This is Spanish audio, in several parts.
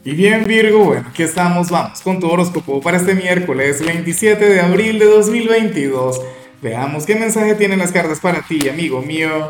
Y bien, Virgo, bueno, aquí estamos, vamos con tu horóscopo para este miércoles 27 de abril de 2022. Veamos qué mensaje tienen las cartas para ti, amigo mío.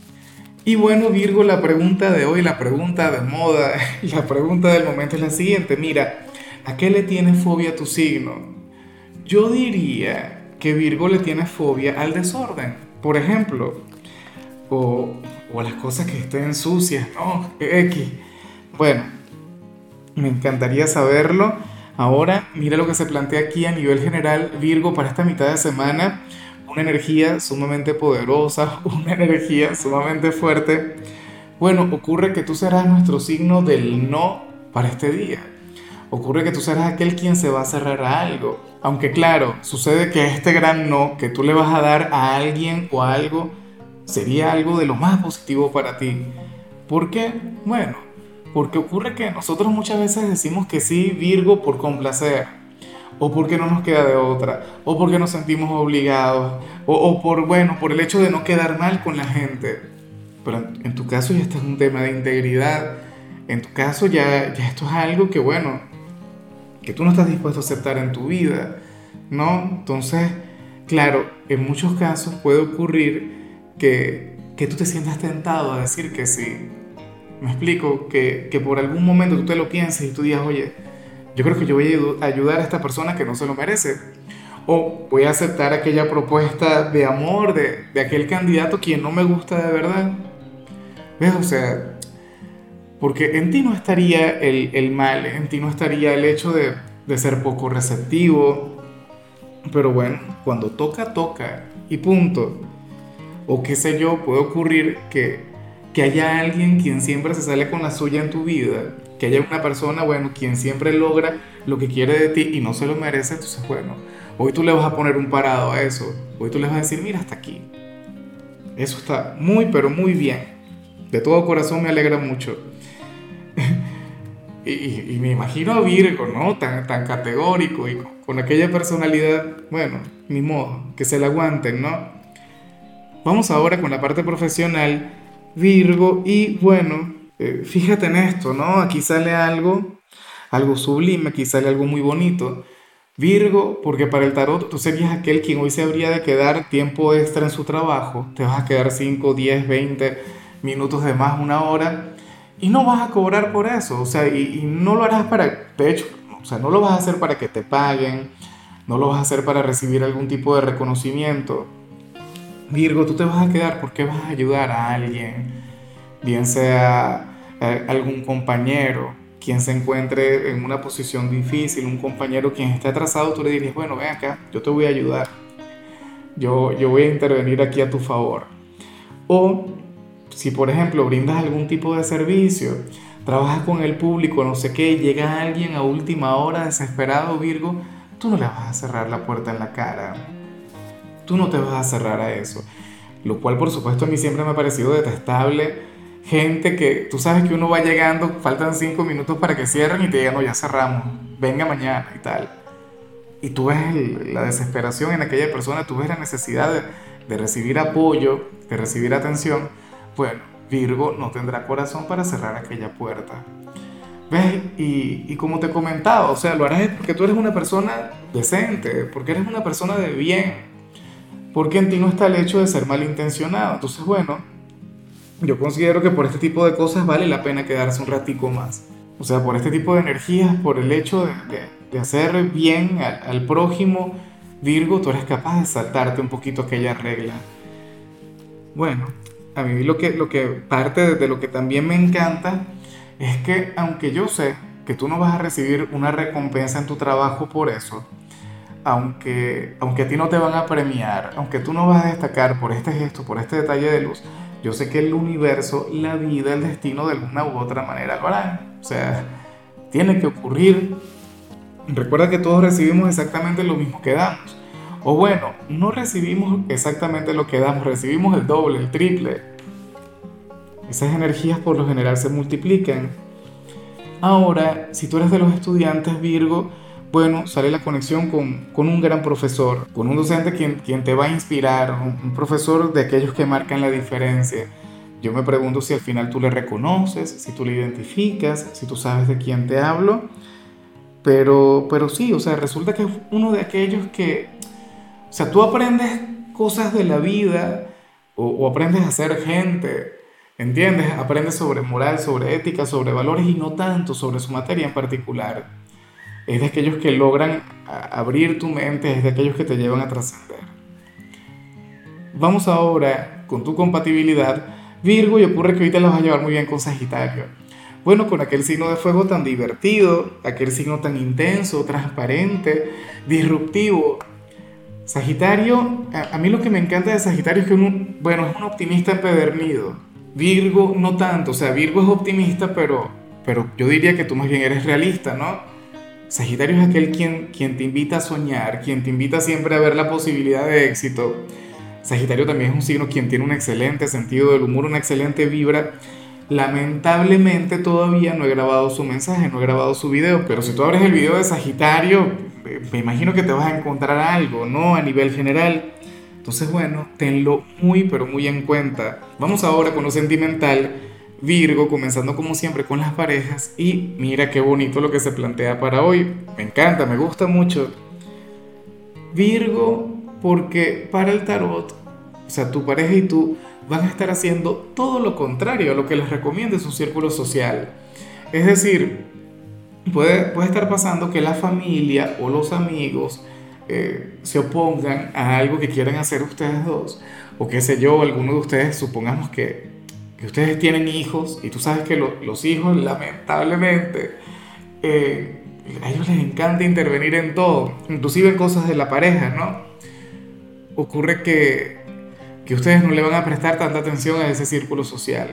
Y bueno, Virgo, la pregunta de hoy, la pregunta de moda, la pregunta del momento es la siguiente. Mira, ¿a qué le tienes fobia a tu signo? Yo diría que Virgo le tiene fobia al desorden, por ejemplo, o, o a las cosas que estén sucias, ¿no? X. Bueno. Me encantaría saberlo. Ahora, mira lo que se plantea aquí a nivel general, Virgo, para esta mitad de semana. Una energía sumamente poderosa, una energía sumamente fuerte. Bueno, ocurre que tú serás nuestro signo del no para este día. Ocurre que tú serás aquel quien se va a cerrar a algo. Aunque claro, sucede que este gran no que tú le vas a dar a alguien o a algo sería algo de lo más positivo para ti. ¿Por qué? Bueno, porque ocurre que nosotros muchas veces decimos que sí, Virgo, por complacer, o porque no nos queda de otra, o porque nos sentimos obligados, o por, bueno, por el hecho de no quedar mal con la gente. Pero en tu caso ya este es un tema de integridad. En tu caso ya esto es algo que, bueno, que tú no estás dispuesto a aceptar en tu vida, ¿no? Entonces, claro, en muchos casos puede ocurrir que tú te sientas tentado a decir que sí. Me explico, que por algún momento tú te lo pienses y tú digas, oye, yo creo que yo voy a ayudar a esta persona que no se lo merece. O voy a aceptar aquella propuesta de amor de aquel candidato quien no me gusta de verdad. ¿Ves? O sea, porque en ti no estaría el mal, en ti no estaría el hecho de ser poco receptivo. Pero bueno, cuando toca, toca. Y punto. O qué sé yo, puede ocurrir que haya alguien quien siempre se sale con la suya en tu vida, que haya una persona, bueno, quien siempre logra lo que quiere de ti y no se lo merece, entonces, bueno, hoy tú le vas a poner un parado a eso, hoy tú le vas a decir, mira, hasta aquí. Eso está muy, pero muy bien. De todo corazón me alegra mucho. Y me imagino a Virgo, ¿no? Tan categórico y con aquella personalidad, bueno, ni modo, que se la aguanten, ¿no? Vamos ahora con la parte profesional, Virgo, y bueno, fíjate en esto, ¿no? Aquí sale algo sublime, aquí sale algo muy bonito. Virgo, porque para el tarot tú serías aquel quien hoy se habría de quedar tiempo extra en su trabajo, te vas a quedar 5, 10, 20 minutos de más, una hora, y no vas a cobrar por eso, o sea, y no lo harás para, de hecho, o sea, no lo vas a hacer para que te paguen, no lo vas a hacer para recibir algún tipo de reconocimiento. Virgo, tú te vas a quedar porque vas a ayudar a alguien, bien sea algún compañero quien se encuentre en una posición difícil, un compañero quien esté atrasado, tú le dirías, bueno, ven acá, yo te voy a ayudar, yo voy a intervenir aquí a tu favor. O si por ejemplo brindas algún tipo de servicio, trabajas con el público, no sé qué, llega alguien a última hora desesperado, Virgo, tú no le vas a cerrar la puerta en la cara, tú no te vas a cerrar a eso. Lo cual, por supuesto, a mí siempre me ha parecido detestable. Gente que tú sabes que uno va llegando, faltan 5 minutos para que cierren y te digan, no, ya cerramos, venga mañana y tal. Y tú ves la desesperación en aquella persona, tú ves la necesidad de recibir apoyo, de recibir atención. Bueno, Virgo no tendrá corazón para cerrar aquella puerta. ¿Ves? Y como te comentaba, o sea, lo harás porque tú eres una persona decente, porque eres una persona de bien, porque en ti no está el hecho de ser malintencionado. Entonces, bueno, yo considero que por este tipo de cosas vale la pena quedarse un ratico más. O sea, por este tipo de energías, por el hecho de hacer bien al prójimo, Virgo, tú eres capaz de saltarte un poquito aquella regla. Bueno, a mí lo que parte de lo que también me encanta es que aunque yo sé que tú no vas a recibir una recompensa en tu trabajo por eso, aunque a ti no te van a premiar, aunque tú no vas a destacar por este gesto, por este detalle de luz, yo sé que el universo, la vida, el destino de alguna u otra manera lo harán. O sea, tiene que ocurrir. Recuerda que todos recibimos exactamente lo mismo que damos. O bueno, no recibimos exactamente lo que damos, recibimos el doble, el triple. Esas energías por lo general se multiplican. Ahora, si tú eres de los estudiantes Virgo, bueno, sale la conexión con un gran profesor, con un docente quien te va a inspirar, un profesor de aquellos que marcan la diferencia. Yo me pregunto si al final tú le reconoces, si tú le identificas, si tú sabes de quién te hablo, pero sí, o sea, resulta que es uno de aquellos que, o sea, tú aprendes cosas de la vida o aprendes a ser gente, ¿entiendes? Aprendes sobre moral, sobre ética, sobre valores y no tanto sobre su materia en particular. Es de aquellos que logran abrir tu mente, es de aquellos que te llevan a trascender. Vamos ahora con tu compatibilidad, Virgo, y ocurre que ahorita la vas a llevar muy bien con Sagitario. Bueno, con aquel signo de fuego tan divertido, aquel signo tan intenso, transparente, disruptivo. Sagitario, a mí lo que me encanta de Sagitario es que bueno, es un optimista empedernido. Virgo no tanto, o sea, Virgo es optimista, pero yo diría que tú más bien eres realista, ¿no? Sagitario es aquel quien te invita a soñar, quien te invita siempre a ver la posibilidad de éxito. Sagitario también es un signo quien tiene un excelente sentido del humor, una excelente vibra. Lamentablemente todavía no he grabado su mensaje, no he grabado su video, pero si tú abres el video de Sagitario, me imagino que te vas a encontrar algo, ¿no? A nivel general. Entonces, bueno, tenlo muy, pero muy en cuenta. Vamos ahora con lo sentimental, Virgo, comenzando como siempre con las parejas. Y mira qué bonito lo que se plantea para hoy. Me encanta, me gusta mucho. Virgo, porque para el tarot, o sea, tu pareja y tú van a estar haciendo todo lo contrario a lo que les recomienda su círculo social. Es decir, puede estar pasando que la familia o los amigos se opongan a algo que quieren hacer ustedes dos, o qué sé yo, alguno de ustedes, supongamos que ustedes tienen hijos y tú sabes que los hijos lamentablemente a ellos les encanta intervenir en todo, inclusive en cosas de la pareja, ¿no? Ocurre que ustedes no le van a prestar tanta atención a ese círculo social.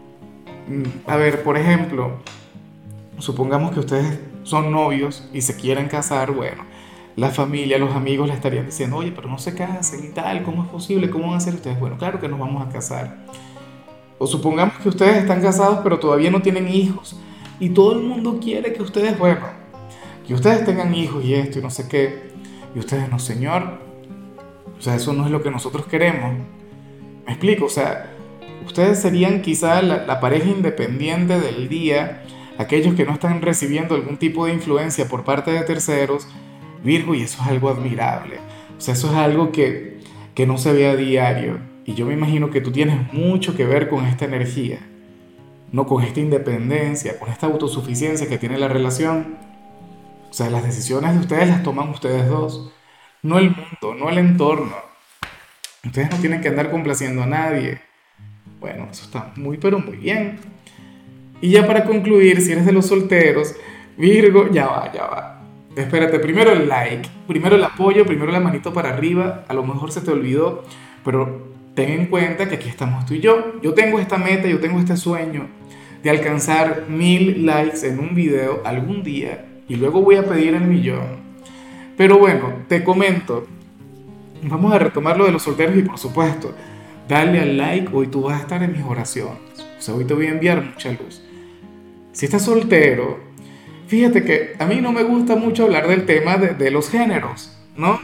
A ver, por ejemplo, supongamos que ustedes son novios y se quieren casar, bueno, la familia, los amigos le estarían diciendo, oye, pero no se casen y tal, ¿cómo es posible? ¿Cómo van a hacer ustedes? Bueno, claro que nos vamos a casar. O supongamos que ustedes están casados pero todavía no tienen hijos y todo el mundo quiere que ustedes, bueno, que ustedes tengan hijos y esto y no sé qué. Y ustedes, no, señor, o sea, eso no es lo que nosotros queremos. Me explico, o sea, ustedes serían quizá la pareja independiente del día, aquellos que no están recibiendo algún tipo de influencia por parte de terceros, Virgo, y eso es algo admirable. O sea, eso es algo que no se ve a diario. Y yo me imagino que tú tienes mucho que ver con esta energía, no con esta independencia, con esta autosuficiencia que tiene la relación. O sea, las decisiones de ustedes las toman ustedes dos, no el mundo, no el entorno. Ustedes no tienen que andar complaciendo a nadie. Bueno, eso está muy, pero muy bien. Y ya para concluir, si eres de los solteros, Virgo, ya va, ya va. Espérate, primero el like, primero el apoyo, primero la manito para arriba. A lo mejor se te olvidó, pero ten en cuenta que aquí estamos tú y yo. Yo tengo esta meta, yo tengo este sueño de alcanzar 1000 likes en un video algún día y luego voy a pedir el millón. Pero bueno, te comento, vamos a retomar lo de los solteros y por supuesto, dale al like, hoy tú vas a estar en mis oraciones. O sea, hoy te voy a enviar mucha luz. Si estás soltero, fíjate que a mí no me gusta mucho hablar del tema de los géneros, ¿no?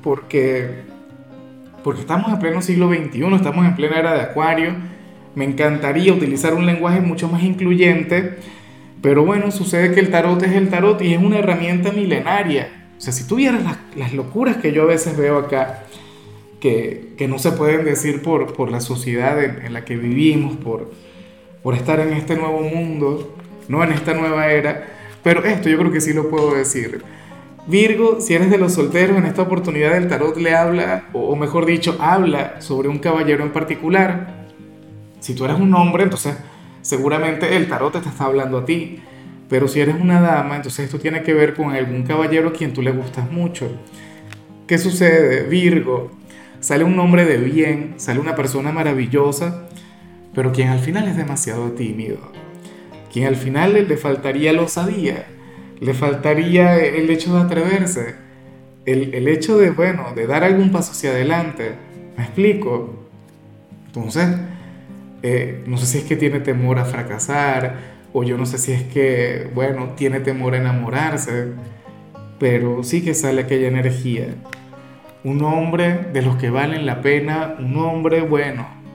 Porque estamos en pleno siglo XXI, estamos en plena era de Acuario. Me encantaría utilizar un lenguaje mucho más incluyente, pero bueno, sucede que el tarot es el tarot y es una herramienta milenaria. O sea, si tú vieras las locuras que yo a veces veo acá, que no se pueden decir por la sociedad en la que vivimos, por estar en este nuevo mundo, no en esta nueva era, pero esto yo creo que sí lo puedo decir. Virgo, si eres de los solteros, en esta oportunidad el tarot le habla, o mejor dicho, habla sobre un caballero en particular. Si tú eres un hombre, entonces seguramente el tarot te está hablando a ti. Pero si eres una dama, entonces esto tiene que ver con algún caballero a quien tú le gustas mucho. ¿Qué sucede, Virgo? Sale un hombre de bien, sale una persona maravillosa, pero quien al final es demasiado tímido. Quien al final le faltaría la osadía, le faltaría el hecho de atreverse, el hecho de, bueno, de dar algún paso hacia adelante. ¿Me explico? Entonces, no sé si es que tiene temor a fracasar, o yo no sé si es que, bueno, tiene temor a enamorarse, pero sí que sale aquella energía. Un hombre de los que valen la pena, un hombre, bueno,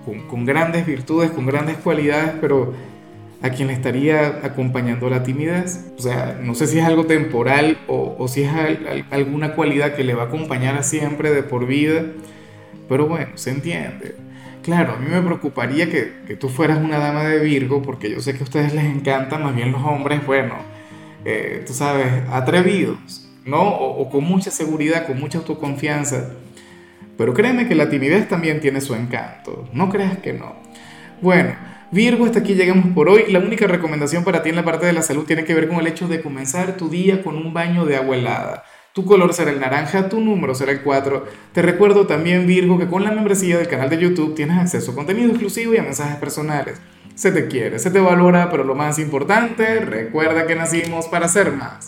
con grandes virtudes, con grandes cualidades, pero a quien le estaría acompañando la timidez. O sea, no sé si es algo temporal o si es alguna cualidad que le va a acompañar a siempre de por vida, pero bueno, se entiende. Claro, a mí me preocuparía que tú fueras una dama de Virgo, porque yo sé que a ustedes les encantan más bien los hombres, bueno, tú sabes, atrevidos, ¿no? O con mucha seguridad, con mucha autoconfianza. Pero créeme que la timidez también tiene su encanto, no creas que no. Bueno, Virgo, hasta aquí llegamos por hoy. La única recomendación para ti en la parte de la salud tiene que ver con el hecho de comenzar tu día con un baño de agua helada. Tu color será el naranja, tu número será el 4. Te recuerdo también, Virgo, que con la membresía del canal de YouTube tienes acceso a contenido exclusivo y a mensajes personales. Se te quiere, se te valora, pero lo más importante, recuerda que nacimos para ser más.